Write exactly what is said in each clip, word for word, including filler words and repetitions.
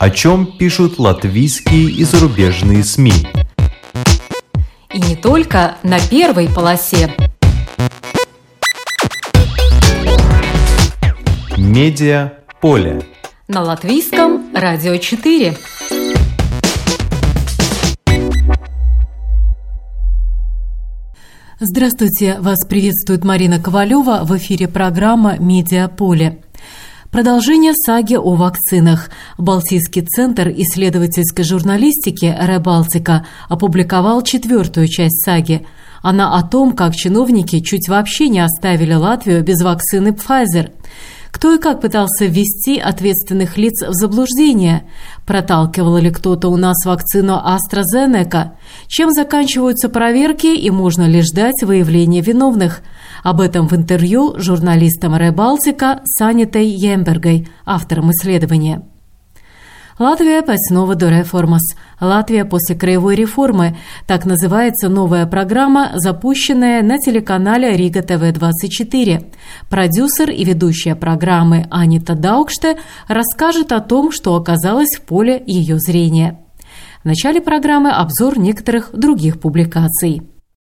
О чем пишут латвийские и зарубежные СМИ. И не только на первой полосе. Медиаполе. На латвийском радио четыре. Здравствуйте! Вас приветствует Марина Ковалева. В эфире программа «Медиаполе». Продолжение саги о вакцинах. Балтийский центр исследовательской журналистики «Ребалтика» опубликовал четвертую часть саги. Она о том, как чиновники чуть вообще не оставили Латвию без вакцины Pfizer. Кто и как пытался ввести ответственных лиц в заблуждение? Проталкивал ли кто-то у нас вакцину AstraZeneca? Чем заканчиваются проверки и можно ли ждать выявления виновных? Об этом в интервью журналистам Ребалтика с Анитой Ембергой, автором исследования. Латвия пēc novadu reformas. Латвия после краевой реформы. Так называется новая программа, запущенная на телеканале Рига ТВ двадцать четыре. Продюсер и ведущая программы Анита Даукште расскажет о том, что оказалось в поле ее зрения. В начале программы обзор некоторых других публикаций.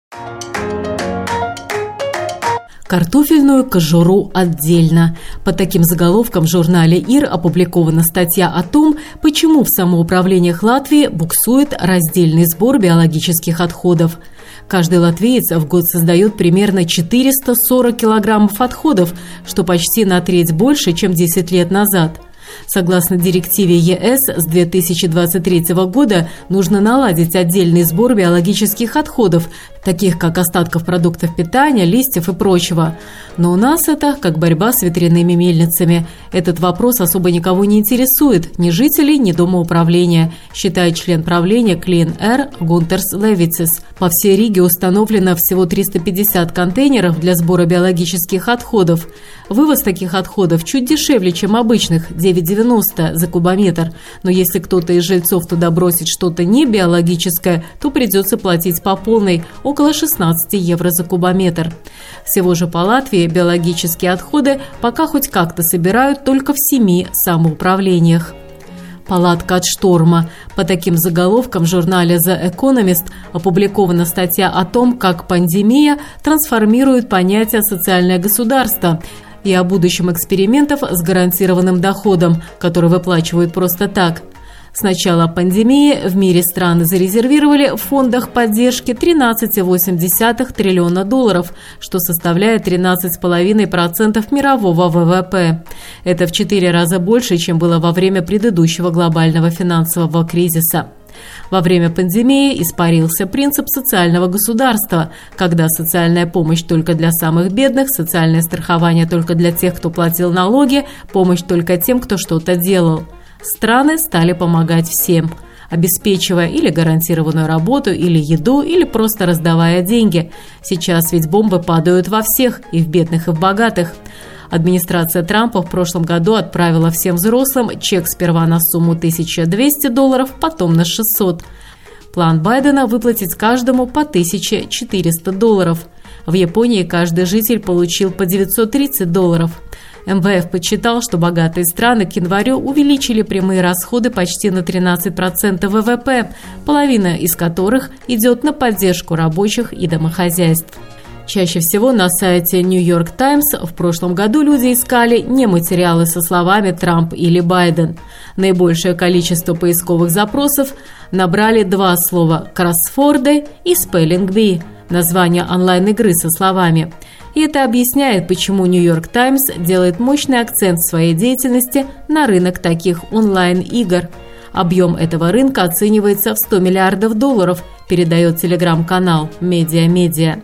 Картофельную кожуру отдельно. Под таким заголовком в журнале ИР опубликована статья о том, почему в самоуправлениях Латвии буксует раздельный сбор биологических отходов. Каждый латвиец в год создает примерно четыреста сорок килограммов отходов, что почти на треть больше, чем десять лет назад. Согласно директиве ЕС с две тысячи двадцать третьего года нужно наладить отдельный сбор биологических отходов, таких как остатков продуктов питания, листьев и прочего. Но у нас это как борьба с ветряными мельницами. Этот вопрос особо никого не интересует, ни жителей, ни дома управления, считает член правления Clean Air Гунтерс Левицис. По всей Риге установлено всего триста пятьдесят контейнеров для сбора биологических отходов. Вывоз таких отходов чуть дешевле, чем обычных – девять девяносто за кубометр. Но если кто-то из жильцов туда бросит что-то не биологическое, то придется платить по полной – около шестнадцать евро за кубометр. Всего же по Латвии биологические отходы пока хоть как-то собирают только в семи самоуправлениях. Палатка от шторма. По таким заголовкам в журнале The Economist опубликована статья о том, как пандемия трансформирует понятие «социальное государство» и о будущем экспериментов с гарантированным доходом, который выплачивают просто так. С начала пандемии в мире страны зарезервировали в фондах поддержки тринадцать целых восемь десятых триллиона долларов, что составляет тринадцать целых пять десятых процента мирового ВВП. Это в четыре раза больше, чем было во время предыдущего глобального финансового кризиса. Во время пандемии испарился принцип социального государства, когда социальная помощь только для самых бедных, социальное страхование только для тех, кто платил налоги, помощь только тем, кто что-то делал. Страны стали помогать всем, обеспечивая или гарантированную работу, или еду, или просто раздавая деньги. Сейчас ведь бомбы падают во всех, и в бедных, и в богатых. Администрация Трампа в прошлом году отправила всем взрослым чек сперва на сумму тысяча двести долларов, потом на шестьсот. План Байдена выплатить каждому по тысяче четыреста долларов. В Японии каждый житель получил по девятьсот тридцать долларов. эм вэ эф подсчитал, что богатые страны к январю увеличили прямые расходы почти на тринадцать процентов ВВП, половина из которых идет на поддержку рабочих и домохозяйств. Чаще всего на сайте New York Times в прошлом году люди искали не материалы со словами «Трамп» или «Байден». Наибольшее количество поисковых запросов набрали два слова «кроссворды» и «спеллинг би» – название онлайн-игры со словами. И это объясняет, почему New York Times делает мощный акцент в своей деятельности на рынок таких онлайн-игр. Объем этого рынка оценивается в сто миллиардов долларов, передает телеграм-канал «Медиа-Медиа».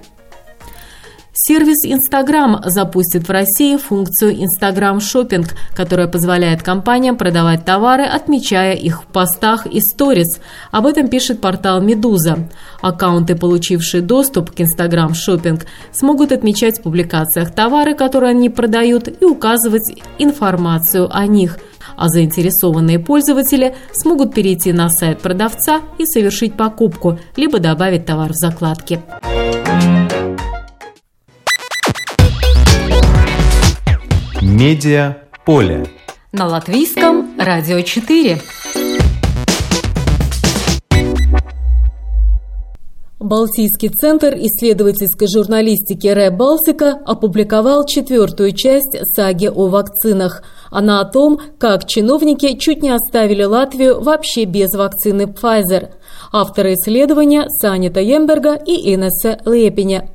Сервис Instagram запустит в России функцию Instagram Shopping, которая позволяет компаниям продавать товары, отмечая их в постах и сторис. Об этом пишет портал «Медуза». Аккаунты, получившие доступ к Instagram Shopping, смогут отмечать в публикациях товары, которые они продают, и указывать информацию о них. А заинтересованные пользователи смогут перейти на сайт продавца и совершить покупку, либо добавить товар в закладки. Медиаполе. На латвийском радио четыре. Балтийский центр исследовательской журналистики РЕ-Балтика опубликовал четвертую часть саги о вакцинах. Она о том, как чиновники чуть не оставили Латвию вообще без вакцины Pfizer. Авторы исследования Санита Емберга и Инесса Лепиня.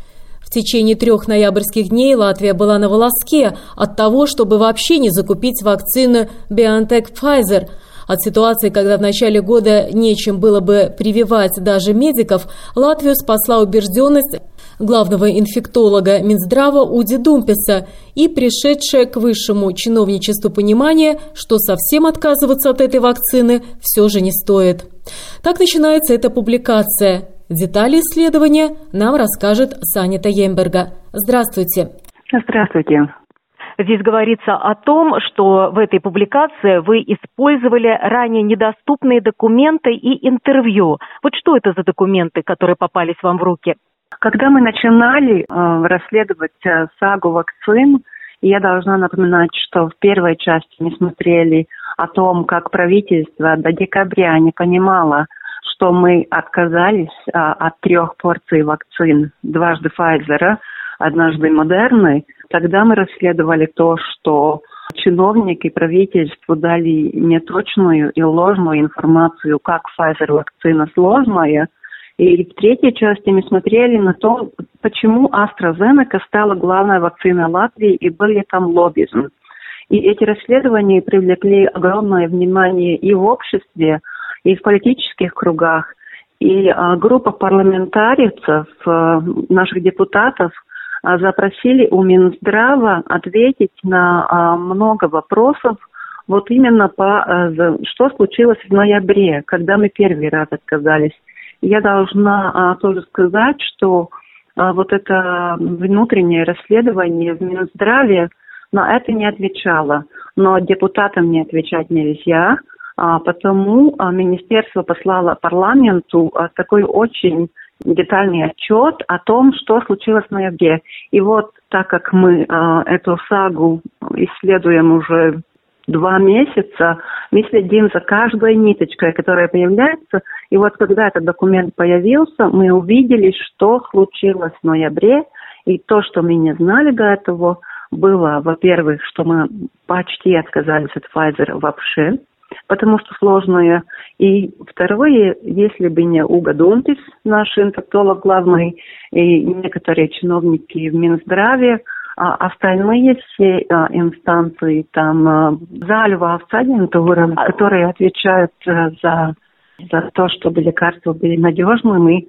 В течение трех ноябрьских дней Латвия была на волоске от того, чтобы вообще не закупить вакцину BioNTech Pfizer. От ситуации, когда в начале года нечем было бы прививать даже медиков, Латвию спасла убежденность главного инфектолога Минздрава Уди Думпеса и пришедшее к высшему чиновничеству понимание, что совсем отказываться от этой вакцины все же не стоит. Так начинается эта публикация. Детали исследования нам расскажет Санита Емберга. Здравствуйте. Здравствуйте. Здесь говорится о том, что в этой публикации вы использовали ранее недоступные документы и интервью. Вот что это за документы, которые попались вам в руки? Когда мы начинали э, расследовать э, сагу вакцин, я должна напоминать, что в первой части мы смотрели о том, как правительство до декабря не понимало, что мы отказались э, от трех порций вакцин, дважды Pfizer, однажды Модерны. Тогда мы расследовали то, что чиновники правительству дали неточную и ложную информацию, как Pfizer вакцина сложная. И в третьей части мы смотрели на то, почему AstraZeneca стала главной вакциной Латвии и был ли там лоббизм. И эти расследования привлекли огромное внимание и в обществе, и в политических кругах. И а, группа парламентариев, а, наших депутатов, а, запросили у Минздрава ответить на а, много вопросов, вот именно по а, за, что случилось в ноябре, когда мы первый раз отказались. Я должна а, тоже сказать, что а, вот это внутреннее расследование в Минздраве на это не отвечало. Но депутатам не отвечать нельзя, а, потому а, министерство послало парламенту а, такой очень детальный отчет о том, что случилось в ноябре. И вот так как мы а, эту сагу исследуем уже два месяца, мы следим за каждой ниточкой, которая появляется. И вот когда этот документ появился, мы увидели, что случилось в ноябре. И то, что мы не знали до этого, было, во-первых, что мы почти отказались от Pfizer вообще, потому что сложное. И второе, если бы не Уга Думпес, наш инфектолог главный, и некоторые чиновники в Минздраве, а остальные все а, инстанции, там, а, Зальва, агентура, которые отвечают а, за, за то, чтобы лекарства были надежными,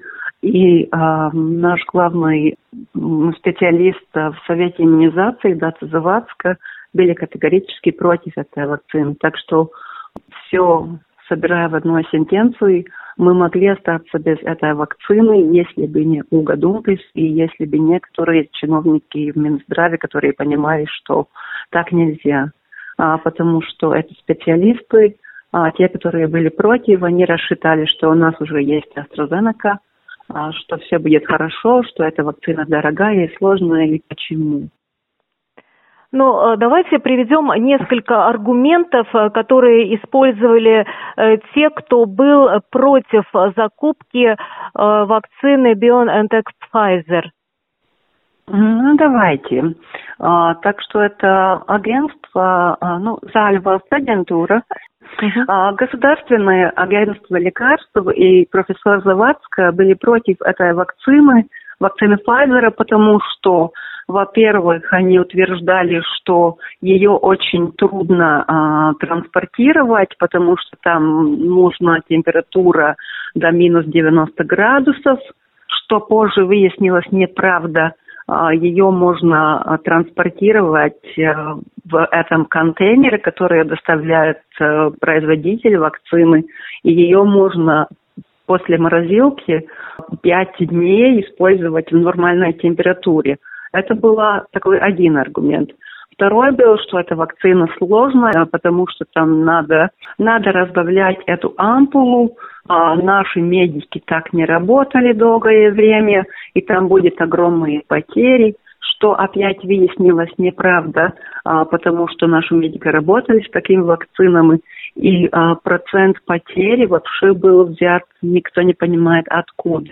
и а, наш главный специалист в Совете иммунизации, Даца Завадска, были категорически против этой вакцины. Так что все, собирая в одной сентенции, мы могли остаться без этой вакцины, если бы не Уга Думпес и если бы некоторые чиновники в Минздраве, которые понимали, что так нельзя. А, потому что эти специалисты, а, те, которые были против, они рассчитали, что у нас уже есть AstraZeneca, а, что все будет хорошо, что эта вакцина дорогая и сложная, и почему. Ну, давайте приведем несколько аргументов, которые использовали те, кто был против закупки вакцины BioNTech Pfizer. Ну, давайте. А, так что это агентство, а, ну, Зальва агентура, uh-huh. а, государственное агентство лекарств и профессор Завадска были против этой вакцины, вакцины Pfizer, потому что, во-первых, они утверждали, что ее очень трудно а, транспортировать, потому что там нужна температура до минус девяносто градусов, что позже выяснилось неправда. А, ее можно а, транспортировать а, в этом контейнере, который доставляет а, производитель вакцины, и ее можно после морозилки пять дней использовать в нормальной температуре. Это был такой один аргумент. Второй был, что эта вакцина сложная, потому что там надо, надо разбавлять эту ампулу. А наши медики так не работали долгое время, и там будет огромные потери, что опять выяснилось неправда, а, потому что наши медики работали с такими вакцинами, и а, процент потери вообще был взят, никто не понимает откуда.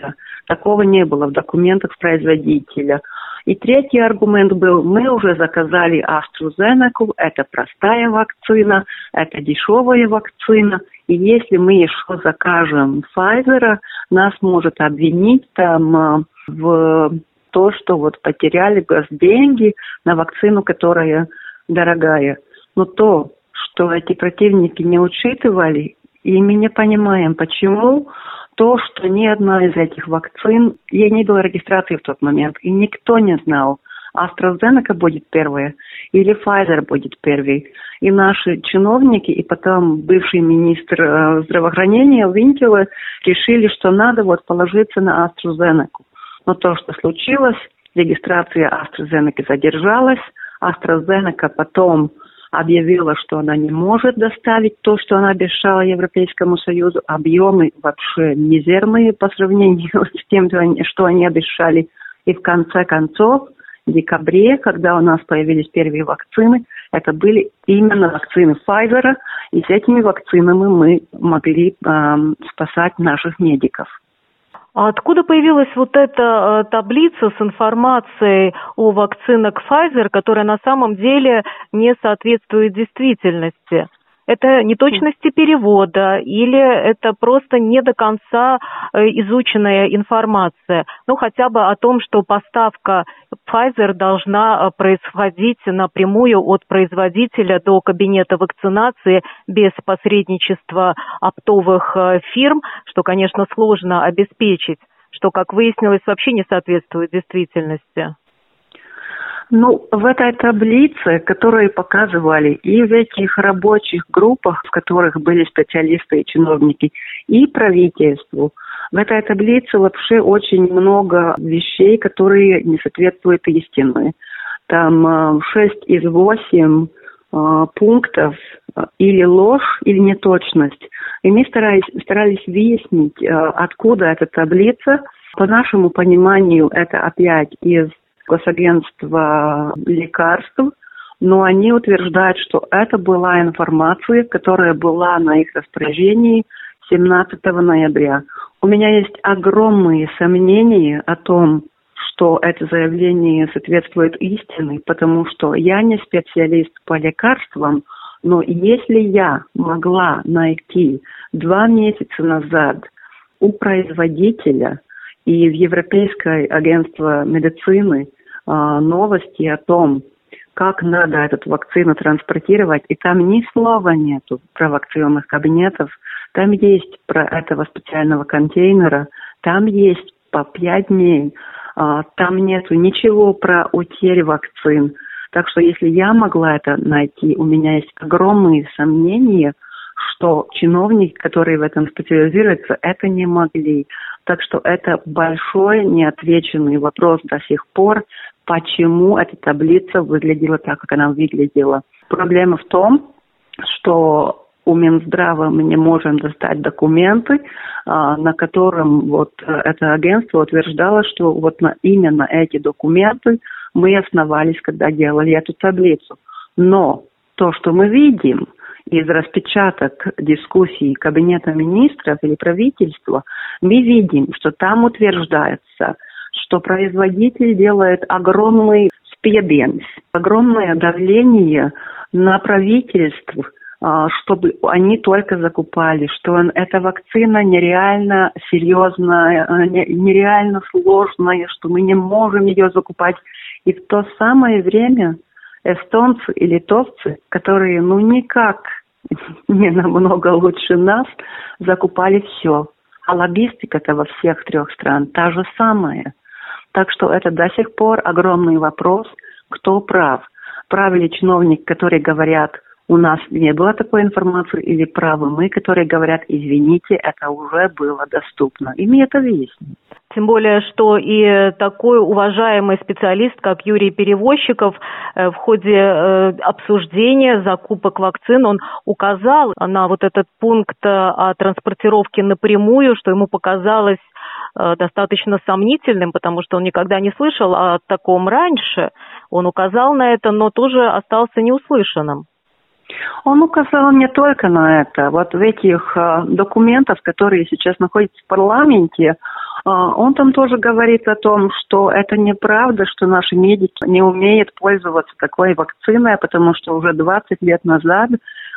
Такого не было в документах производителя. И третий аргумент был, мы уже заказали AstraZeneca, это простая вакцина, это дешевая вакцина, и если мы еще закажем Pfizer, нас может обвинить там в то, что вот потеряли госденьги на вакцину, которая дорогая. Но то, что эти противники не учитывали, и мы не понимаем, почему, то, что ни одна из этих вакцин, ей не было регистрации в тот момент, и никто не знал, AstraZeneca будет первая или Pfizer будет первый. И наши чиновники, и потом бывший министр э, здравоохранения Винтиле решили, что надо вот положиться на AstraZeneca. Но то, что случилось, регистрация AstraZeneca задержалась, AstraZeneca потом объявила, что она не может доставить то, что она обещала Европейскому Союзу. Объемы вообще мизерные по сравнению с тем, что они обещали. И в конце концов, в декабре, когда у нас появились первые вакцины, это были именно вакцины Pfizer, и с этими вакцинами мы могли э, спасать наших медиков. А откуда появилась вот эта э, таблица с информацией о вакцинах Pfizer, которая на самом деле не соответствует действительности? Это неточности перевода или это просто не до конца э, изученная информация? Ну, хотя бы о том, что поставка Pfizer должна происходить напрямую от производителя до кабинета вакцинации без посредничества оптовых э, фирм, что, конечно, сложно обеспечить, что, как выяснилось, вообще не соответствует действительности. Ну, в этой таблице, которую показывали и в этих рабочих группах, в которых были специалисты и чиновники, и правительству, в этой таблице вообще очень много вещей, которые не соответствуют истине. Там шесть из восемь пунктов или ложь, или неточность. И мы старались, старались выяснить, откуда эта таблица. По нашему пониманию, это опять из Госагентства лекарств, но они утверждают, что это была информация, которая была на их распоряжении семнадцатого ноября. У меня есть огромные сомнения о том, что это заявление соответствует истине, потому что я не специалист по лекарствам, но если я могла найти два месяца назад у производителя и в Европейское агентство медицины а, новости о том, как надо эту вакцину транспортировать, и там ни слова нету про вакцинных кабинетов, там есть про этого специального контейнера, там есть по пять дней, а, там нету ничего про утерю вакцин. Так что если я могла это найти, у меня есть огромные сомнения, что чиновники, которые в этом специализируются, это не могли. Так что это большой неотвеченный вопрос до сих пор, почему эта таблица выглядела так, как она выглядела. Проблема в том, что у Минздрава мы не можем достать документы, на котором вот это агентство утверждало, что вот на именно эти документы мы основались, когда делали эту таблицу. Но то, что мы видим из распечаток дискуссий Кабинета министров или правительства, мы видим, что там утверждается, что производитель делает огромный спеденс, огромное давление на правительство, чтобы они только закупали, что эта вакцина нереально серьезная, нереально сложная, что мы не можем ее закупать. И в то самое время эстонцы и литовцы, которые ну никак не намного лучше нас, закупали все. А логистика-то во всех трех стран та же самая. Так что это до сих пор огромный вопрос, кто прав. Правы ли чиновники, которые говорят, у нас не было такой информации, или правы мы, которые говорят, извините, это уже было доступно. И мы это выясним. Тем более, что и такой уважаемый специалист, как Юрий Перевозчиков, в ходе обсуждения закупок вакцин, он указал на вот этот пункт о транспортировке напрямую, что ему показалось достаточно сомнительным, потому что он никогда не слышал о таком раньше. Он указал на это, но тоже остался неуслышанным. Он указал не только на это. Вот в этих э, документах, которые сейчас находятся в парламенте, Он там тоже говорит о том, что это неправда, что наши медики не умеют пользоваться такой вакциной, потому что уже двадцать лет назад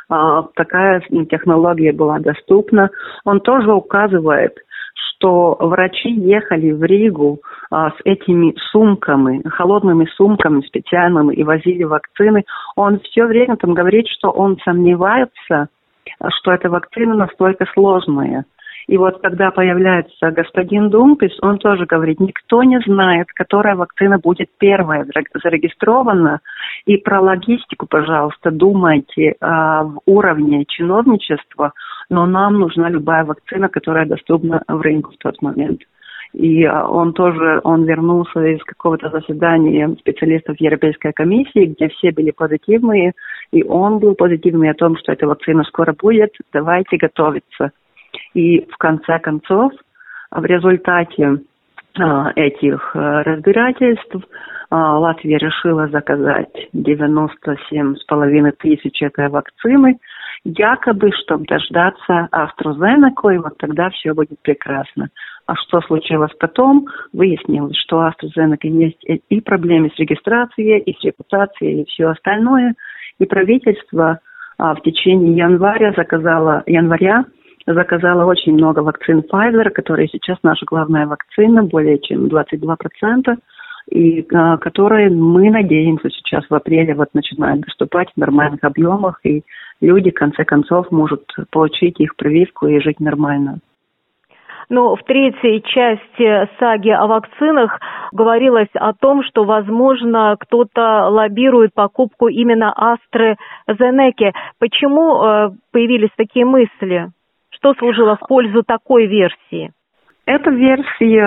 такая технология была доступна. Он тоже указывает, что врачи ехали в Ригу а, с этими сумками, холодными сумками специальными и возили вакцины. Он все время там говорит, что он сомневается, что эта вакцина настолько сложная. И вот когда появляется господин Думпис, он тоже говорит, никто не знает, которая вакцина будет первая зарегистрирована. И про логистику, пожалуйста, думайте а, в уровне чиновничества, но нам нужна любая вакцина, которая доступна в рынку в тот момент. И а, он тоже, он вернулся из какого-то заседания специалистов Европейской комиссии, где все были позитивные, и он был позитивный о том, что эта вакцина скоро будет, давайте готовиться. И в конце концов, в результате а, этих а, разбирательств а, Латвия решила заказать девяносто семь с половиной тысяч этой вакцины, якобы, чтобы дождаться AstraZeneca, и вот тогда все будет прекрасно. А что случилось потом? Выяснилось, что у AstraZeneca есть и проблемы с регистрацией, и с репутацией, и все остальное. И правительство а, в течение января заказало, января заказала очень много вакцин Pfizer, которые сейчас наша главная вакцина, более чем двадцать два процента, и а, которые, мы надеемся, сейчас в апреле вот начинают доступать в нормальных объемах, и люди, в конце концов, могут получить их прививку и жить нормально. Но в третьей части саги о вакцинах говорилось о том, что, возможно, кто-то лоббирует покупку именно AstraZeneca. Почему э, появились такие мысли? Что служило в пользу такой версии? Эта версия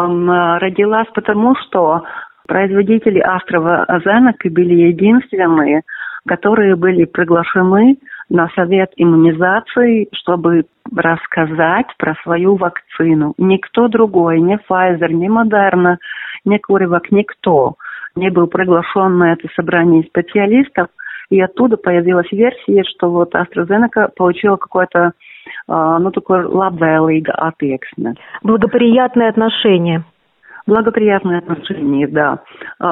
э, родилась потому, что производители AstraZeneca были единственные, которые были приглашены на совет иммунизации, чтобы рассказать про свою вакцину. Никто другой, ни Pfizer, ни Moderna, ни CureVac, никто не был приглашен на это собрание специалистов. И оттуда появилась версия, что вот AstraZeneca получила какое-то, ну, такое labvēlīga attieksme. Благоприятные отношения. Благоприятные отношения, да.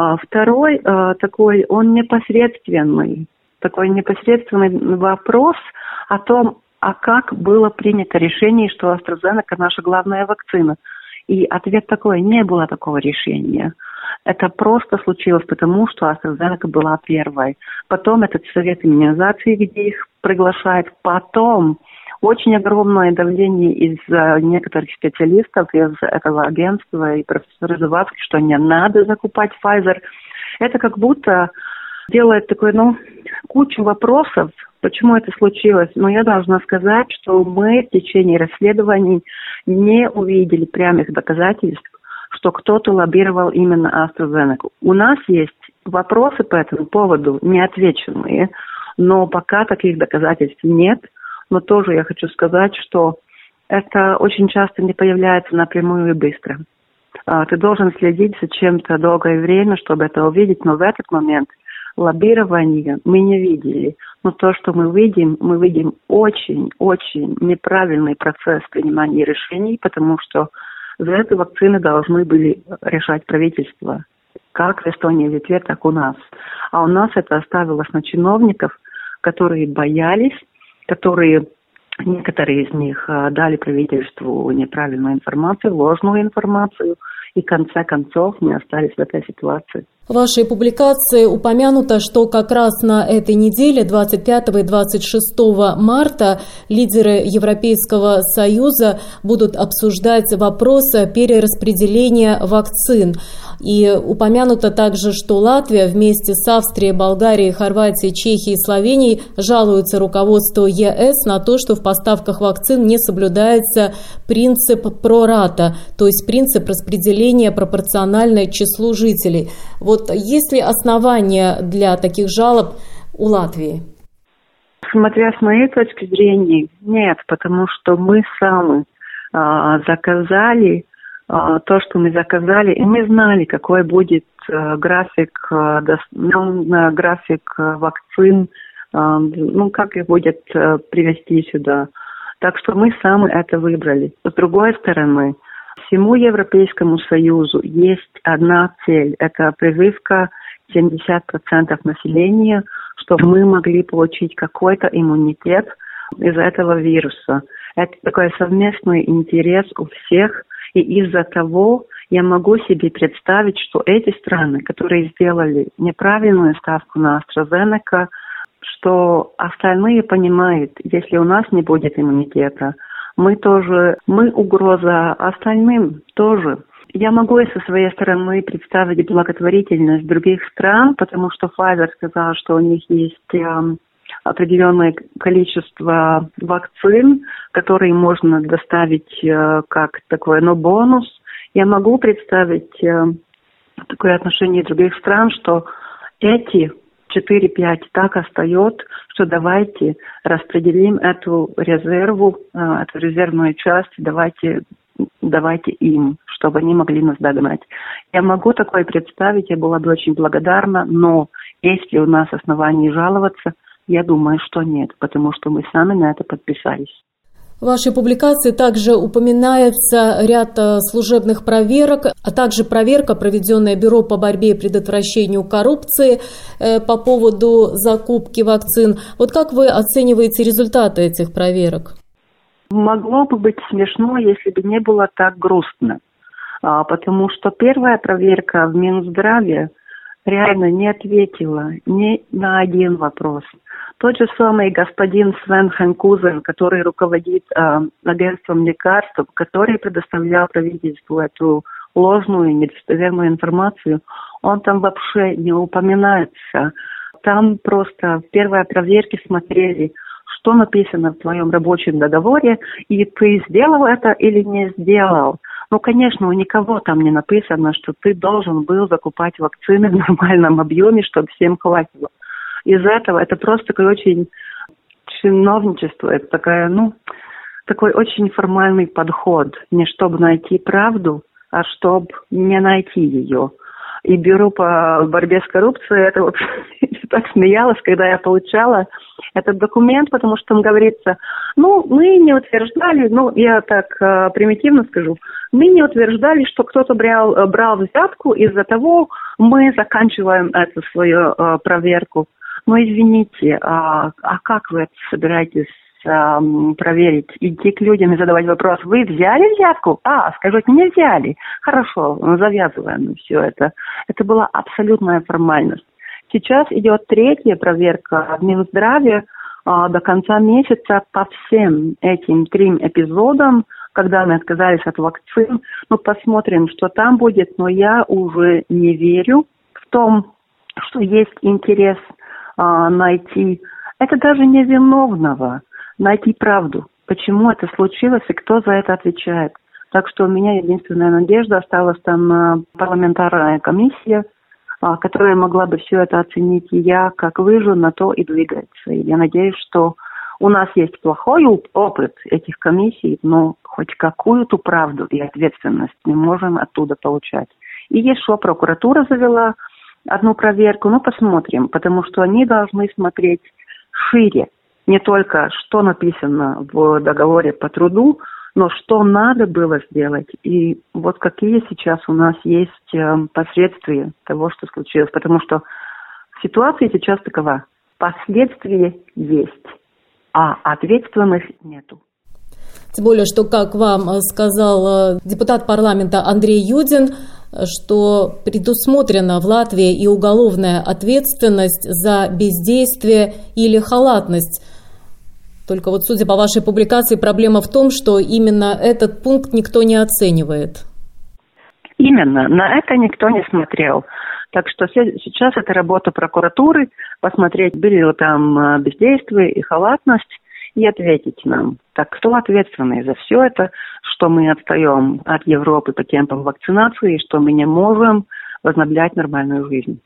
Второй такой, он непосредственный, такой непосредственный вопрос о том, а как было принято решение, что AstraZeneca наша главная вакцина. И ответ такой, не было такого решения. Это просто случилось потому, что AstraZeneca была первой. Потом этот совет иммунизации, где их приглашают. Потом очень огромное давление из некоторых специалистов из этого агентства и профессора Завадский, что не надо закупать Pfizer. Это как будто делает такой, ну, кучу вопросов, почему это случилось. Но я должна сказать, что мы в течение расследований не увидели прямых доказательств, что кто-то лоббировал именно AstraZeneca. У нас есть вопросы по этому поводу, неотвеченные, но пока таких доказательств нет. Но тоже я хочу сказать, что это очень часто не появляется напрямую и быстро. Ты должен следить за чем-то долгое время, чтобы это увидеть, но в этот момент лоббирования мы не видели. Но то, что мы видим, мы видим очень-очень неправильный процесс принимания решений, потому что за эту вакцину должны были решать правительства, как в Эстонии и Литве, так и у нас. А у нас это оставилось на чиновников, которые боялись, которые, некоторые из них дали правительству неправильную информацию, ложную информацию, и в конце концов мы остались в этой ситуации. В вашей публикации упомянуто, что как раз на этой неделе, двадцать пятого и двадцать шестого марта, лидеры Европейского Союза будут обсуждать вопрос перераспределения вакцин. И упомянуто также, что Латвия вместе с Австрией, Болгарией, Хорватией, Чехией и Словенией жалуются руководству ЕС на то, что в поставках вакцин не соблюдается принцип прората, то есть принцип распределения пропорционально числу жителей. Вот есть ли основания для таких жалоб у Латвии? Смотря с моей точки зрения, нет, потому что мы сами а, заказали а, то, что мы заказали, и мы знали, какой будет а, график, а, дос, ну, график а, вакцин, а, ну, как их будет а, привезти сюда. Так что мы сами это выбрали. С другой стороны, Всему Европейскому Союзу есть одна цель – это прививка семьдесят процентов населения, чтобы мы могли получить какой-то иммунитет из-за этого вируса. Это такой совместный интерес у всех, и из-за того я могу себе представить, что эти страны, которые сделали неправильную ставку на AstraZeneca, что остальные понимают, если у нас не будет иммунитета, мы тоже, мы угроза остальным тоже. Я могу и со своей стороны представить благотворительность других стран, потому что Pfizer сказал, что у них есть э, определенное количество вакцин, которые можно доставить э, как такой, ну, бонус. Я могу представить э, такое отношение других стран, что эти четыре-пять так остается, что давайте распределим эту резерву, эту резервную часть, давайте, давайте им, чтобы они могли нас догнать. Я могу такое представить, я была бы очень благодарна, но если у нас оснований жаловаться, я думаю, что нет, потому что мы сами на это подписались. В вашей публикации также упоминается ряд служебных проверок, а также проверка, проведенная Бюро по борьбе и предотвращению коррупции по поводу закупки вакцин. Вот как вы оцениваете результаты этих проверок? Могло бы быть смешно, если бы не было так грустно, потому что первая проверка в Минздраве реально не ответила ни на один вопрос. Тот же самый господин Свен Хенкузен, который руководит э, агентством лекарств, который предоставлял правительству эту ложную, недостоверную информацию, он там вообще не упоминается. Там просто в первой проверке смотрели, что написано в твоем рабочем договоре, и ты сделал это или не сделал. Ну, конечно, у никого там не написано, что ты должен был закупать вакцины в нормальном объеме, чтобы всем хватило. Из-за этого это просто такое очень чиновничество, это такая, ну, такой очень формальный подход, не чтобы найти правду, а чтобы не найти ее. И Бюро по борьбе с коррупцией, это вот так смеялась, когда я получала этот документ, потому что там говорится, ну, мы не утверждали, ну, я так э, примитивно скажу, мы не утверждали, что кто-то брал, брал взятку, из-за того мы заканчиваем эту свою э, проверку. Ну, извините, а, а как вы это собираетесь а, проверить? Идти к людям и задавать вопрос, вы взяли взятку? А, скажите, не взяли. Хорошо, завязываем все это. Это была абсолютная формальность. Сейчас идет третья проверка в Минздраве а, до конца месяца по всем этим трем эпизодам, когда мы отказались от вакцин. Ну, посмотрим, что там будет, но я уже не верю в том, что есть интерес найти, это даже не виновного, найти правду, почему это случилось и кто за это отвечает. Так что у меня единственная надежда осталась там парламентарная комиссия, которая могла бы все это оценить, и я, как вижу, на то и двигается. И я надеюсь, что у нас есть плохой опыт этих комиссий, но хоть какую-то правду и ответственность мы можем оттуда получать. И еще прокуратура завела одну проверку, ну, посмотрим, потому что они должны смотреть шире, не только что написано в договоре по труду, но что надо было сделать, и вот какие сейчас у нас есть последствия того, что случилось, потому что ситуация сейчас такова, последствия есть, а ответственных нету. Тем более, что, как вам сказал депутат парламента Андрей Юдин, что предусмотрена в Латвии и уголовная ответственность за бездействие или халатность. Только вот, судя по вашей публикации, проблема в том, что именно этот пункт никто не оценивает. Именно, на это никто не смотрел. Так что сейчас это работа прокуратуры, посмотреть, были ли там бездействие и халатность, и ответить нам, так кто ответственный за все это, что мы отстаем от Европы по темпам вакцинации, и что мы не можем возобновлять нормальную жизнь.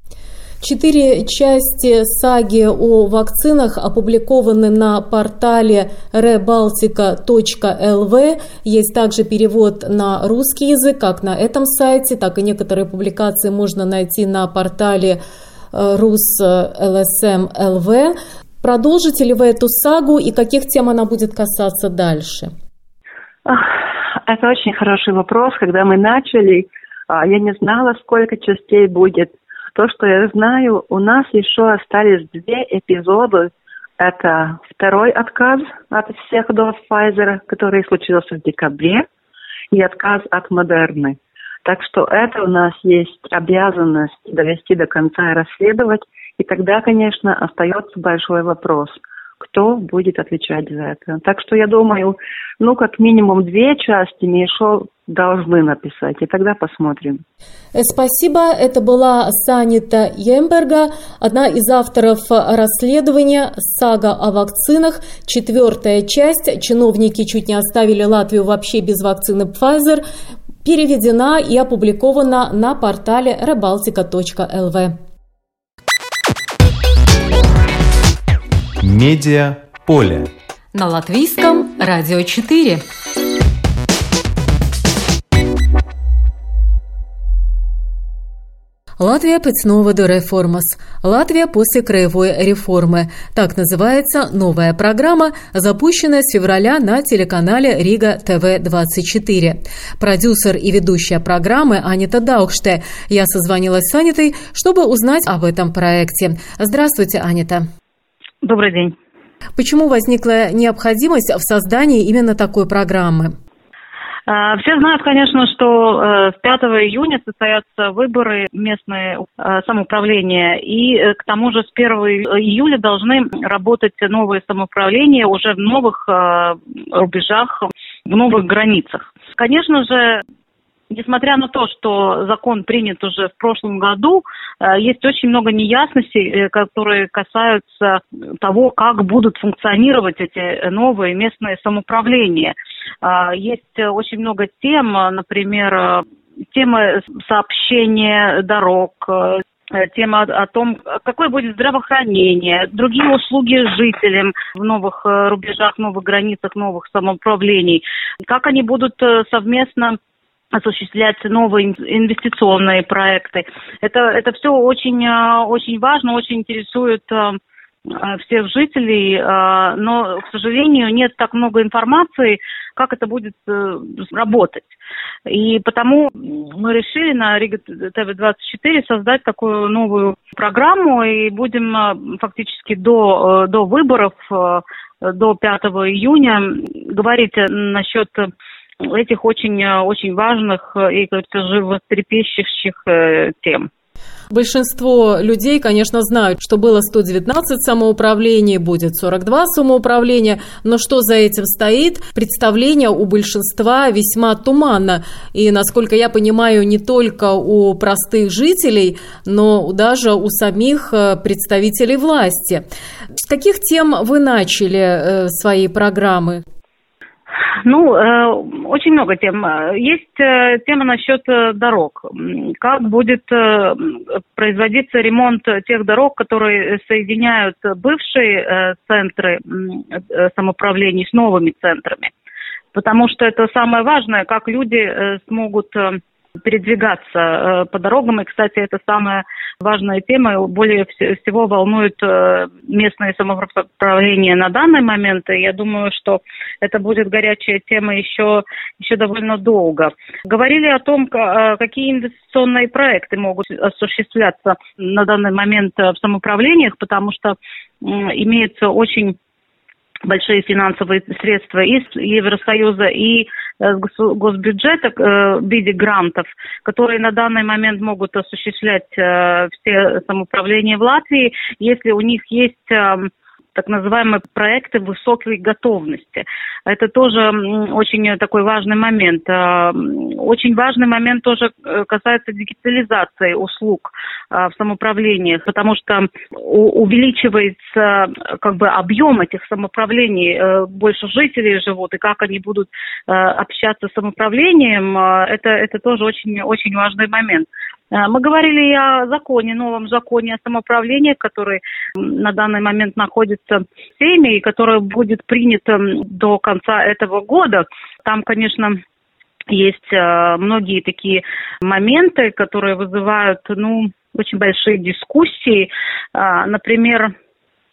Четыре части саги о вакцинах опубликованы на портале реbaltica точка эл ви. Есть также перевод на русский язык, как на этом сайте, так и некоторые публикации можно найти на портале рус эл эс эм точка эл ви. Продолжите ли вы эту сагу и каких тем она будет касаться дальше? Это очень хороший вопрос. Когда мы начали, я не знала, сколько частей будет. То, что я знаю, у нас еще остались две эпизоды. Это второй отказ от всех доз Pfizer, который случился в декабре, и отказ от Модерны. Так что это у нас есть обязанность довести до конца и расследовать. И тогда, конечно, остается большой вопрос, кто будет отвечать за это. Так что я думаю, ну, как минимум две части мы еще должны написать, и тогда посмотрим. Спасибо. Это была Санита Емберга, одна из авторов расследования «Сага о вакцинах». Четвертая часть. Чиновники чуть не оставили Латвию вообще без вакцины Pfizer. Переведена и опубликована на портале ребалтика точка эл ви. Медиа поле. На латвийском радио четыре. Латвия пēc до реформас. Латвия после краевой реформы. Так называется новая программа, запущенная с февраля на телеканале Рига ТВ двадцать четыре. Продюсер и ведущая программы Анита Даукште. Я созвонилась с Анитой, чтобы узнать об этом проекте. Здравствуйте, Анита. Добрый день. Почему возникла необходимость в создании именно такой программы? Все знают, конечно, что пятого июня состоятся выборы местное самоуправление, и к тому же с первого июля должны работать новые самоуправления уже в новых рубежах, в новых границах. Конечно же, несмотря на то, что закон принят уже в прошлом году, есть очень много неясностей, которые касаются того, как будут функционировать эти новые местные самоуправления. Есть очень много тем, например, тема сообщения дорог, тема о том, какое будет здравоохранение, другие услуги жителям в новых рубежах, новых границах, новых самоуправлений, как они будут совместно осуществлять новые инвестиционные проекты. Это, это все очень, очень важно, очень интересует всех жителей, но, к сожалению, нет так много информации, как это будет работать. И потому мы решили на Рига ТВ двадцать четыре создать такую новую программу, и будем фактически до, до выборов, до пятого июня, говорить насчет этих очень, очень важных и, кажется, животрепещущих тем. Большинство людей, конечно, знают, что было сто девятнадцать самоуправлений, будет сорок два самоуправления, но что за этим стоит, представление у большинства весьма туманно. И, насколько я понимаю, не только у простых жителей, но даже у самих представителей власти. С каких тем вы начали свои программы? Ну, э, очень много тем. Есть э, тема насчет э, дорог. Как будет э, производиться ремонт тех дорог, которые соединяют бывшие э, центры э, самоуправлений с новыми центрами. Потому что это самое важное, как люди э, смогут э, передвигаться э, по дорогам. И, кстати, это самая важная тема. Более всего волнует э, местное самоуправление на данный момент. И я думаю, что это будет горячая тема еще, еще довольно долго. Говорили о том, какие инвестиционные проекты могут осуществляться на данный момент в самоуправлениях, потому что имеются очень большие финансовые средства из Евросоюза и госбюджета в виде грантов, которые на данный момент могут осуществлять все самоуправления в Латвии, если у них есть так называемые проекты высокой готовности. Это тоже очень такой важный момент. Очень важный момент тоже касается дигитализации услуг в самоуправлениях, потому что увеличивается как бы объем этих самоуправлений, больше жителей живут, и как они будут общаться с самоуправлением, это, это тоже очень, очень важный момент. Мы говорили и о законе, новом законе о самоуправлении, который на данный момент находится в Сейме и который будет принят до конца этого года. Там, конечно, есть многие такие моменты, которые вызывают, ну, очень большие дискуссии. Например,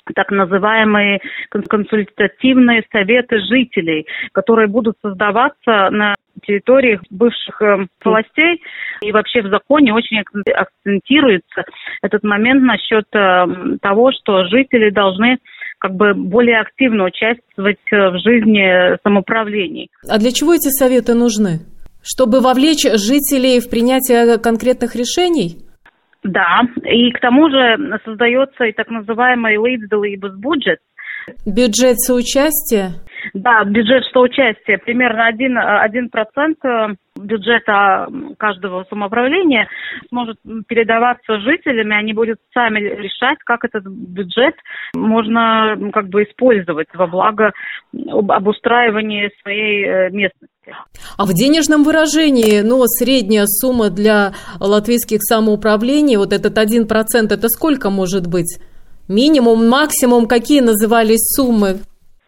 так называемые консультативные советы жителей, которые будут создаваться на территориях бывших э, властей. И вообще в законе очень акцентируется этот момент насчет э, того, что жители должны как бы более активно участвовать в жизни самоуправлений. А для чего эти советы нужны? Чтобы вовлечь жителей в принятие конкретных решений? Да, и к тому же создается и так называемый līdzdalības бюджет. Бюджет соучастия? Да, бюджет соучастия. Примерно один процент бюджета каждого самоуправления сможет передаваться жителям, и они будут сами решать, как этот бюджет можно как бы использовать во благо обустраивания своей местности. А в денежном выражении, ну, средняя сумма для латвийских самоуправлений, вот этот один процент, это сколько может быть? Минимум, максимум, какие назывались суммы?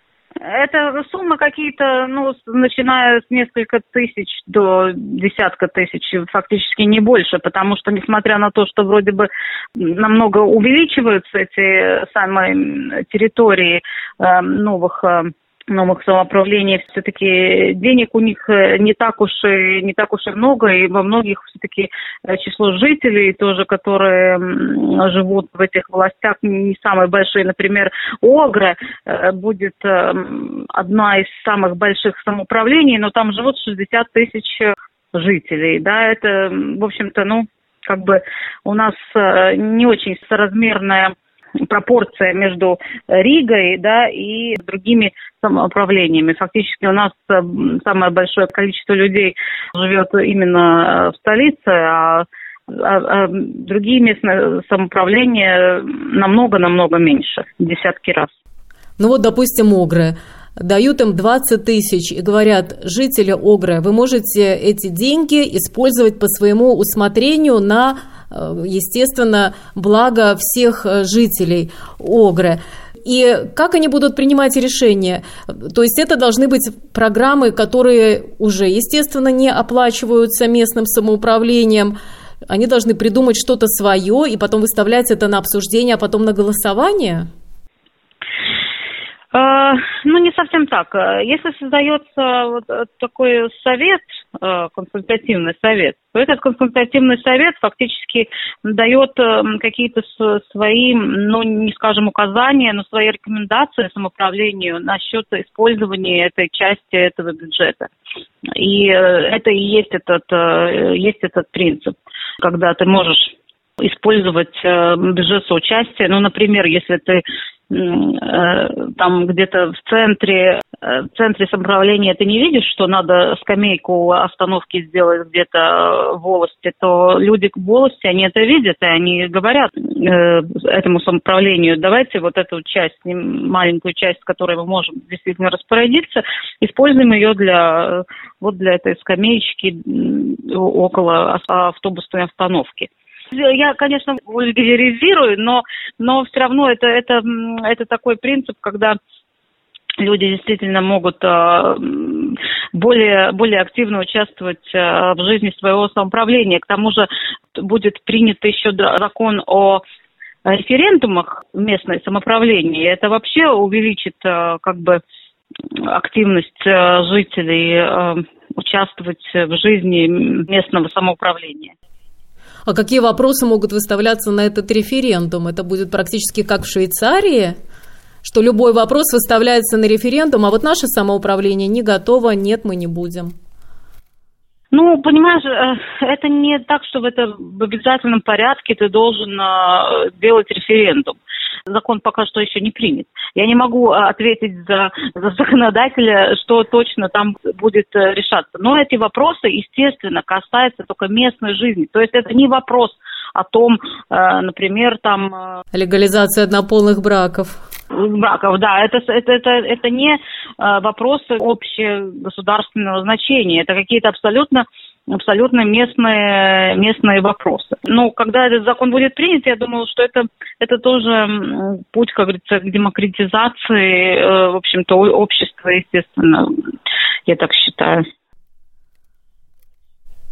Это суммы какие-то, ну, начиная с несколько тысяч до десятка тысяч, фактически не больше, потому что, несмотря на то, что вроде бы намного увеличиваются эти самые территории э, новых э, новых самоуправлений, все-таки денег у них не так уж и не так уж и много, и во многих все-таки число жителей тоже, которые живут в этих властях, не самые большие. Например, Огра будет одна из самых больших самоуправлений, но там живут шестьдесят тысяч жителей. Да, это, в общем-то, ну, как бы у нас не очень соразмерная пропорция между Ригой, да, и другими самоуправлениями. Фактически у нас самое большое количество людей живет именно в столице, а, а, а другие местные самоуправления намного-намного меньше, в десятки раз. Ну вот, допустим, Огры. Дают им двадцать тысяч и говорят: жители Огры, вы можете эти деньги использовать по своему усмотрению на, естественно, благо всех жителей Огры. И как они будут принимать решения? То есть это должны быть программы, которые уже, естественно, не оплачиваются местным самоуправлением. Они должны придумать что-то свое и потом выставлять это на обсуждение, а потом на голосование? Ну, не совсем так. Если создается вот такой совет, консультативный совет, то этот консультативный совет фактически дает какие-то свои, ну, не скажем, указания, но свои рекомендации самоуправлению насчет использования этой части этого бюджета. И это и есть этот, есть этот принцип, когда ты можешь использовать бюджет соучастия. Ну, например, если ты там где-то в центре, в центре самоуправления ты не видишь, что надо скамейку остановки сделать где-то в волости, то люди в волости, они это видят, и они говорят э, этому самоуправлению: давайте вот эту часть, маленькую часть, с которой мы можем действительно распорядиться, используем ее для, вот для этой скамеечки около автобусной остановки. Я, конечно, вульгаризирую, но, но все равно это, это, это такой принцип, когда люди действительно могут более, более активно участвовать в жизни своего самоуправления. К тому же будет принят еще закон о референдумах в местное самоуправление. Это вообще увеличит как бы активность жителей участвовать в жизни местного самоуправления. А какие вопросы могут выставляться на этот референдум? Это будет практически как в Швейцарии, что любой вопрос выставляется на референдум, а вот наше самоуправление не готово, нет, мы не будем. Ну, понимаешь, это не так, что в, это, в обязательном порядке ты должен делать референдум. Закон пока что еще не принят. Я не могу ответить за, за законодателя, что точно там будет решаться. Но эти вопросы, естественно, касаются только местной жизни. То есть это не вопрос о том, например, там... Легализация однополых браков. Браков, да. Это, это, это, это не вопросы общегосударственного значения. Это какие-то абсолютно... абсолютно местные, местные вопросы. Но когда этот закон будет принят, я думаю, что это, это тоже путь, как говорится, к демократизации, в общем-то, общества, естественно, я так считаю.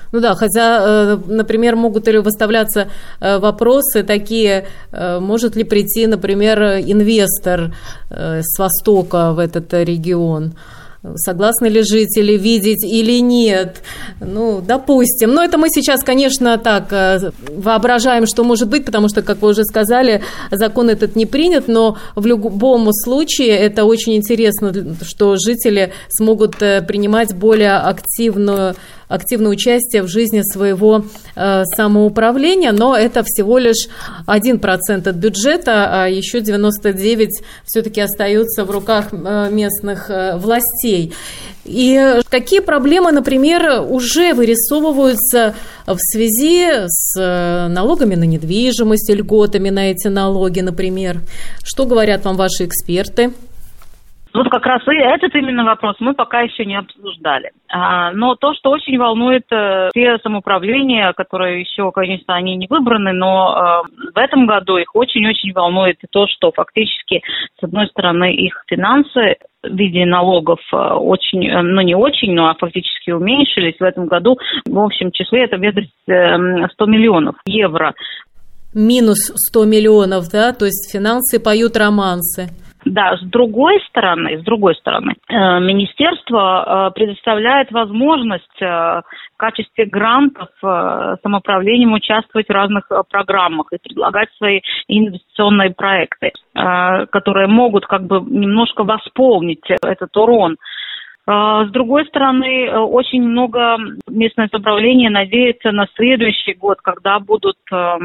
Ну да, хотя, например, могут ли выставляться вопросы такие, может ли прийти, например, инвестор с Востока в этот регион? Согласны ли жители видеть или нет? Ну, допустим. Но это мы сейчас, конечно, так воображаем, что может быть, потому что, как вы уже сказали, закон этот не принят, но в любом случае это очень интересно, что жители смогут принимать более активную активное участие в жизни своего э, самоуправления, но это всего лишь один процент от бюджета, а еще девяносто девять процентов все-таки остаются в руках э, местных э, властей. И какие проблемы, например, уже вырисовываются в связи с налогами на недвижимость, льготами на эти налоги, например? Что говорят вам ваши эксперты? Вот как раз и этот именно вопрос мы пока еще не обсуждали. А, но то, что очень волнует э, те самоуправления, которые еще, конечно, они не выбраны, но э, в этом году их очень-очень волнует то, что фактически, с одной стороны, их финансы в виде налогов очень, ну не очень, но фактически уменьшились в этом году. В общем числе это где-то сто миллионов евро. Минус сто миллионов, да? То есть финансы поют романсы. Да, с другой стороны, с другой стороны, министерство предоставляет возможность в качестве грантов самоуправлениям участвовать в разных программах и предлагать свои инвестиционные проекты, которые могут как бы немножко восполнить этот урон. С другой стороны, очень много местное самоуправление надеется на следующий год, когда будут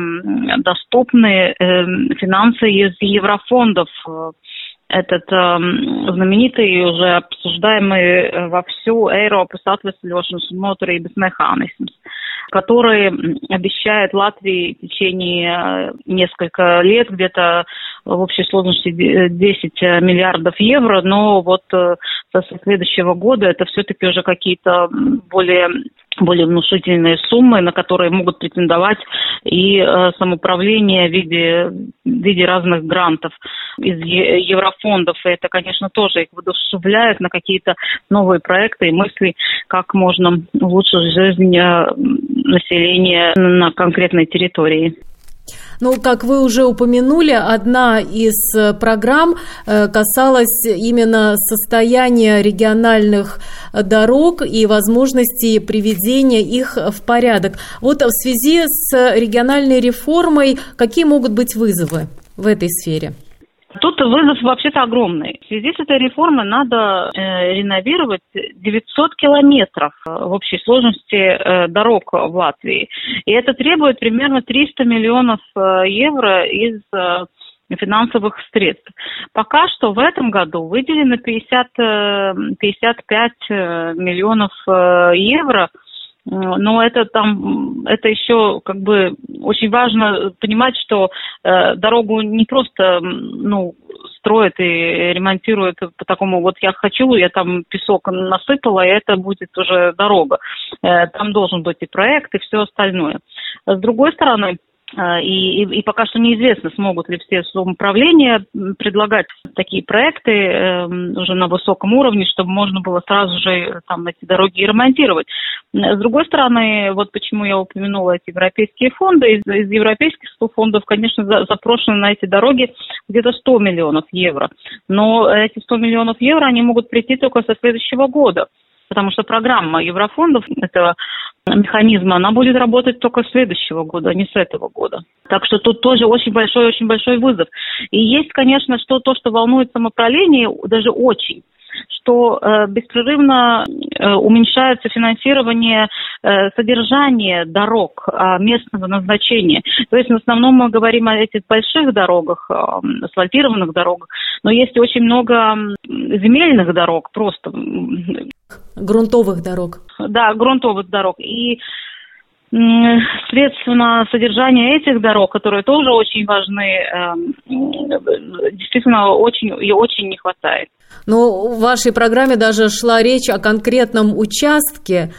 доступны финансы из еврофондов. Этот э, знаменитый, уже обсуждаемый вовсю Eiropas atvesļošanas un noturības mehānisms, который обещает Латвии в течение нескольких лет где-то в общей сложности десять миллиардов евро, но вот со следующего года это все-таки уже какие-то более, более внушительные суммы, на которые могут претендовать и самоуправление в виде, в виде разных грантов из еврофондов. И это, конечно, тоже их воодушевляет на какие-то новые проекты и мысли, как можно улучшить жизнь населения на конкретной территории. Ну, как вы уже упомянули, одна из программ касалась именно состояния региональных дорог и возможности приведения их в порядок. Вот в связи с региональной реформой какие могут быть вызовы в этой сфере? Тут вызов вообще-то огромный. В связи с этой реформой надо э, реновировать девятьсот километров в общей сложности э, дорог в Латвии. И это требует примерно триста миллионов евро из э, финансовых средств. Пока что в этом году выделено пятьдесят, пятьдесят пять миллионов евро. Но это там, это еще как бы очень важно понимать, что э, дорогу не просто, ну, строят и ремонтируют по такому, вот я хочу, я там песок насыпала, и это будет уже дорога. Э, там должен быть и проект, и все остальное. С другой стороны, И, и, и пока что неизвестно, смогут ли все самоуправления предлагать такие проекты э, уже на высоком уровне, чтобы можно было сразу же там эти дороги и ремонтировать. С другой стороны, вот почему я упомянула эти европейские фонды. Из, из европейских фондов, конечно, за, запрошено на эти дороги где-то сто миллионов евро. Но эти сто миллионов евро, они могут прийти только со следующего года. Потому что программа еврофондов, этого механизма, она будет работать только с следующего года, а не с этого года. Так что тут тоже очень большой, очень большой вызов. И есть, конечно, что, то, что волнует самоуправление, даже очень, что э, беспрерывно э, уменьшается финансирование э, содержания дорог э, местного назначения. То есть в основном мы говорим о этих больших дорогах, э, асфальтированных дорогах, но есть очень много земельных дорог просто. Грунтовых дорог. Да, грунтовых дорог. И средств на содержание этих дорог, которые тоже очень важны, действительно очень и очень не хватает. Но в вашей программе даже шла речь о конкретном участке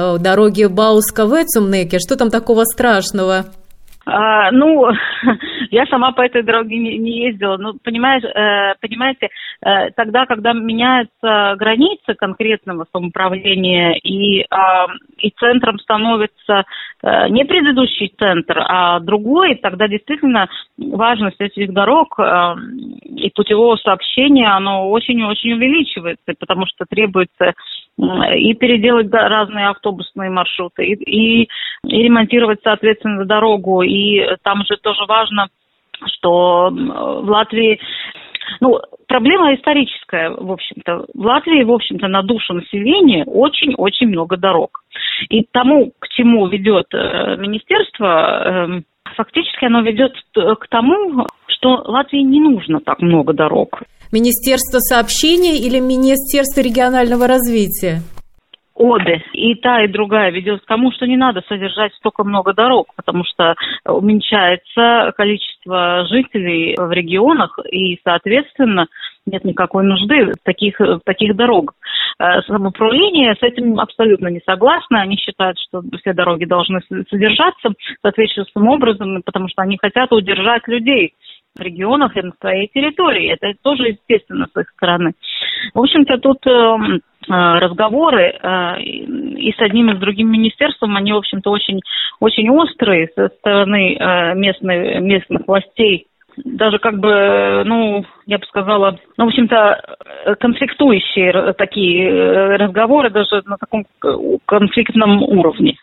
дороги Бауска-Вецумнеке. Что там такого страшного? А, ну, Я сама по этой дороге не, не ездила. Ну, понимаешь, э, понимаете, э, тогда, когда меняются границы конкретного самоуправления и, э, и центром становится э, не предыдущий центр, а другой, тогда действительно важность этих дорог э, и путевого сообщения, оно очень-очень увеличивается, потому что требуется и переделать разные автобусные маршруты, и, и, и ремонтировать, соответственно, дорогу. И там же тоже важно, что в Латвии, ну, проблема историческая, в общем-то. В Латвии, в общем-то, на душу населения очень-очень много дорог. И тому, к чему ведет министерство, фактически оно ведет к тому, что Латвии не нужно так много дорог. Министерство сообщений или Министерство регионального развития? Обе. И та, и другая ведет к тому, что не надо содержать столько много дорог, потому что уменьшается количество жителей в регионах, и, соответственно, нет никакой нужды в таких, в таких дорогах. Самоуправление с этим абсолютно не согласно. Они считают, что все дороги должны содержаться соответствующим образом, потому что они хотят удержать людей в регионах и на своей территории. Это тоже естественно с их стороны. В общем-то, тут э, разговоры э, и с одним, и с другим министерством, они, в общем-то, очень, очень острые со стороны э, местной, местных властей. Даже как бы, ну, я бы сказала, ну, в общем-то, конфликтующие такие разговоры даже на таком конфликтном уровне.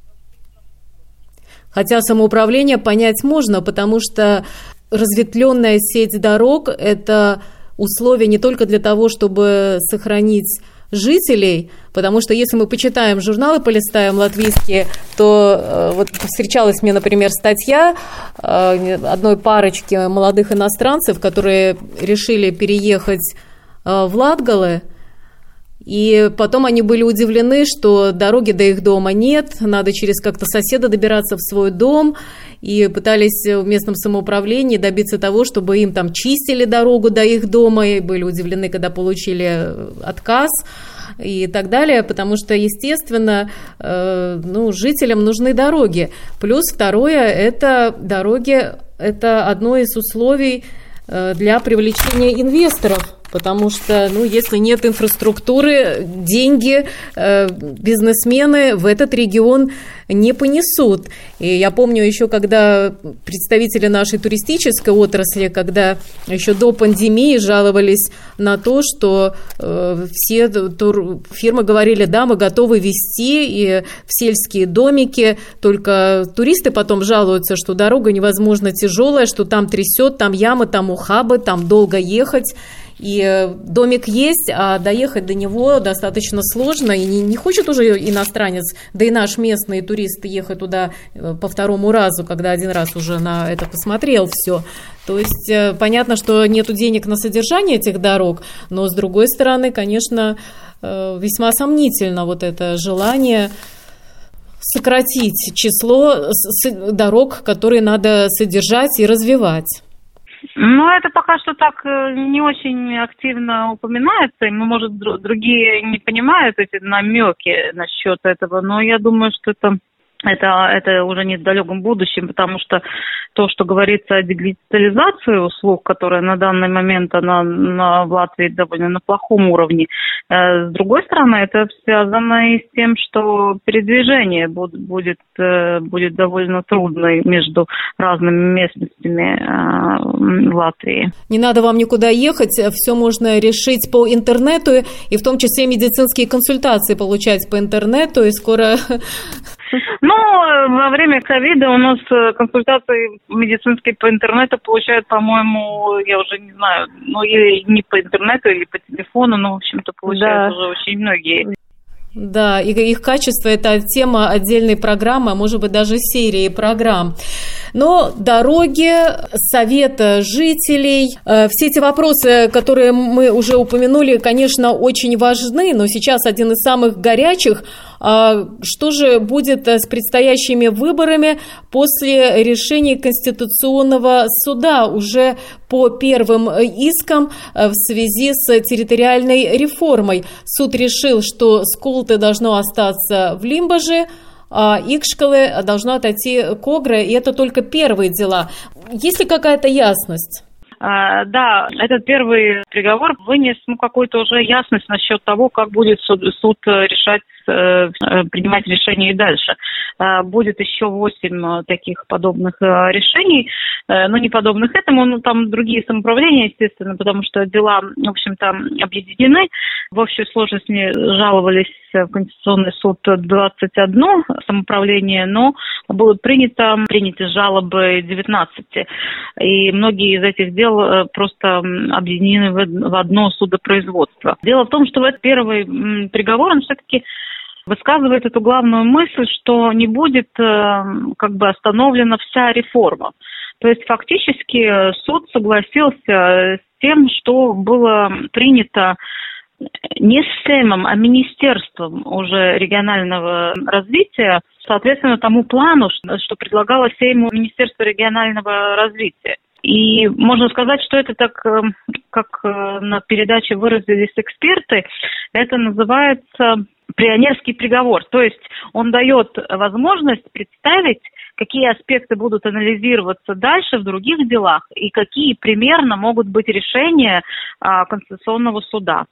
Хотя самоуправление понять можно, потому что разветвленная сеть дорог – это условие не только для того, чтобы сохранить жителей, потому что если мы почитаем журналы, полистаем латвийские, то э, вот встречалась мне, например, статья э, одной парочки молодых иностранцев, которые решили переехать э, в Латгале, и потом они были удивлены, что дороги до их дома нет, надо через как-то соседа добираться в свой дом, и пытались в местном самоуправлении добиться того, чтобы им там чистили дорогу до их дома, и были удивлены, когда получили отказ и так далее, потому что, естественно, э, ну, жителям нужны дороги. Плюс второе, это дороги, это одно из условий э, для привлечения инвесторов. Потому что, ну, если нет инфраструктуры, деньги э, бизнесмены в этот регион не понесут. И я помню еще, когда представители нашей туристической отрасли, когда еще до пандемии жаловались на то, что э, все тур, фирмы говорили, да, мы готовы везти и в сельские домики, только туристы потом жалуются, что дорога невозможно тяжелая, что там трясет, там ямы, там ухабы, там долго ехать. И домик есть, а доехать до него достаточно сложно, и не, не хочет уже иностранец, да и наш местный турист ехать туда по второму разу, когда один раз уже на это посмотрел все. То есть понятно, что нету денег на содержание этих дорог, но с другой стороны, конечно, весьма сомнительно вот это желание сократить число дорог, которые надо содержать и развивать. Ну, это пока что так не очень активно упоминается, и, может, другие не понимают эти намеки насчет этого, но я думаю, что это, это, это уже не в далеком будущем, потому что то, что говорится о дигитализации услуг, которая на данный момент она на, в Латвии довольно на плохом уровне, э, с другой стороны, это связано и с тем, что передвижение будет, будет, э, будет довольно трудно между разными местностями э, в Латвии. Не надо вам никуда ехать, все можно решить по интернету, и в том числе медицинские консультации получать по интернету, и скоро... Ну, во время ковида у нас консультации медицинские по интернету получают, по-моему, я уже не знаю, ну, или не по интернету, или по телефону, но, в общем-то, получают да. уже очень многие. Да, и их качество – это тема отдельной программы, а может быть, даже серии программ. Но дороги, совет жителей, все эти вопросы, которые мы уже упомянули, конечно, очень важны, но сейчас один из самых горячих. Что же будет с предстоящими выборами после решения Конституционного суда уже по первым искам в связи с территориальной реформой? Суд решил, что Сколты должно остаться в Лимбаже, а Икшкалы должно отойти Когре, и это только первые дела. Есть ли какая-то ясность? А, да, этот первый приговор вынес ну, какую-то уже ясность насчет того, как будет суд, суд решать, э, принимать решения и дальше. А, будет еще восемь таких подобных э, решений, э, но не подобных этому, но там другие самоуправления, естественно, потому что дела, в общем-то, объединены. В общей сложности жаловались в Конституционный суд двадцать одно самоуправление, но будут принято, приняты жалобы девятнадцать. И многие из этих дел просто объединены в одно судопроизводство. Дело в том, что этот первый приговор, он все-таки высказывает эту главную мысль, что не будет как бы остановлена вся реформа. То есть фактически суд согласился с тем, что было принято не с Сеймом, а министерством уже регионального развития, соответственно, тому плану, что предлагало Сейму Министерство регионального развития. И можно сказать, что это так, как на передаче выразились эксперты, это называется пионерский приговор. То есть он дает возможность представить, какие аспекты будут анализироваться дальше в других делах и какие примерно могут быть решения Конституционного суда.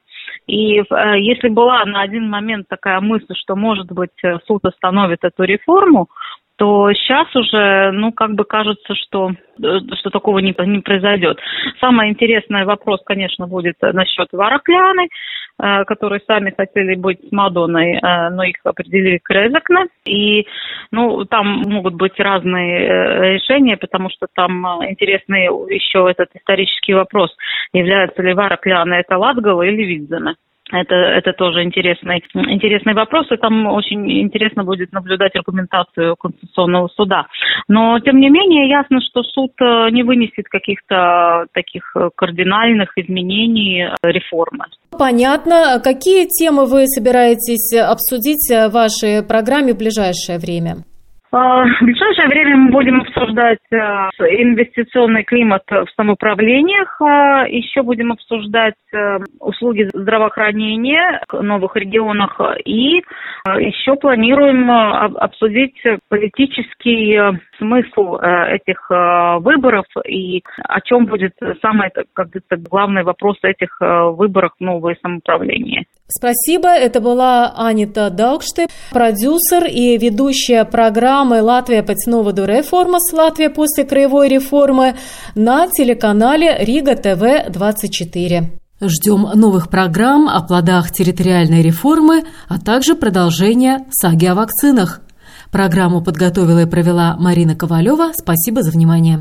И э, если была на один момент такая мысль, что, может быть, суд остановит эту реформу, то сейчас уже, ну, как бы кажется, что, что такого не, не произойдет. Самый интересный вопрос, конечно, будет насчет Варакляны, э, которые сами хотели быть с Мадонной, э, но их определили к Резекне. И, ну, там могут быть разные э, решения, потому что там интересный еще этот исторический вопрос, является ли Варакляна это Латгала или Видземе. Это, это тоже интересный, интересный вопрос, и там очень интересно будет наблюдать аргументацию Конституционного суда. Но, тем не менее, ясно, что суд не вынесет каких-то таких кардинальных изменений реформы. Понятно. Какие темы вы собираетесь обсудить в вашей программе в ближайшее время? В ближайшее время мы будем обсуждать инвестиционный климат в самоуправлениях, еще будем обсуждать услуги здравоохранения в новых регионах и еще планируем обсудить политический смысл этих выборов и о чем будет самый, как говорится, главный вопрос этих выборов в новое самоуправление. Спасибо. Это была Анита Даукште, продюсер и ведущая программы «Латвия пēc novadu reformas», «Латвия после краевой реформы» на телеканале Рига ТВ двадцать четыре. Ждем новых программ о плодах территориальной реформы, а также продолжения саги о вакцинах. Программу подготовила и провела Марина Ковалева. Спасибо за внимание.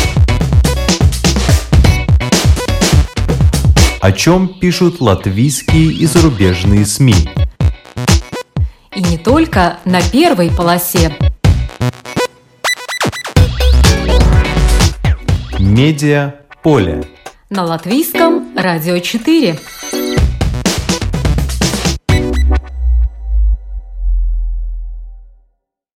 О чем пишут латвийские и зарубежные СМИ. И не только на первой полосе. Медиа поле. На Латвийском радио четыре.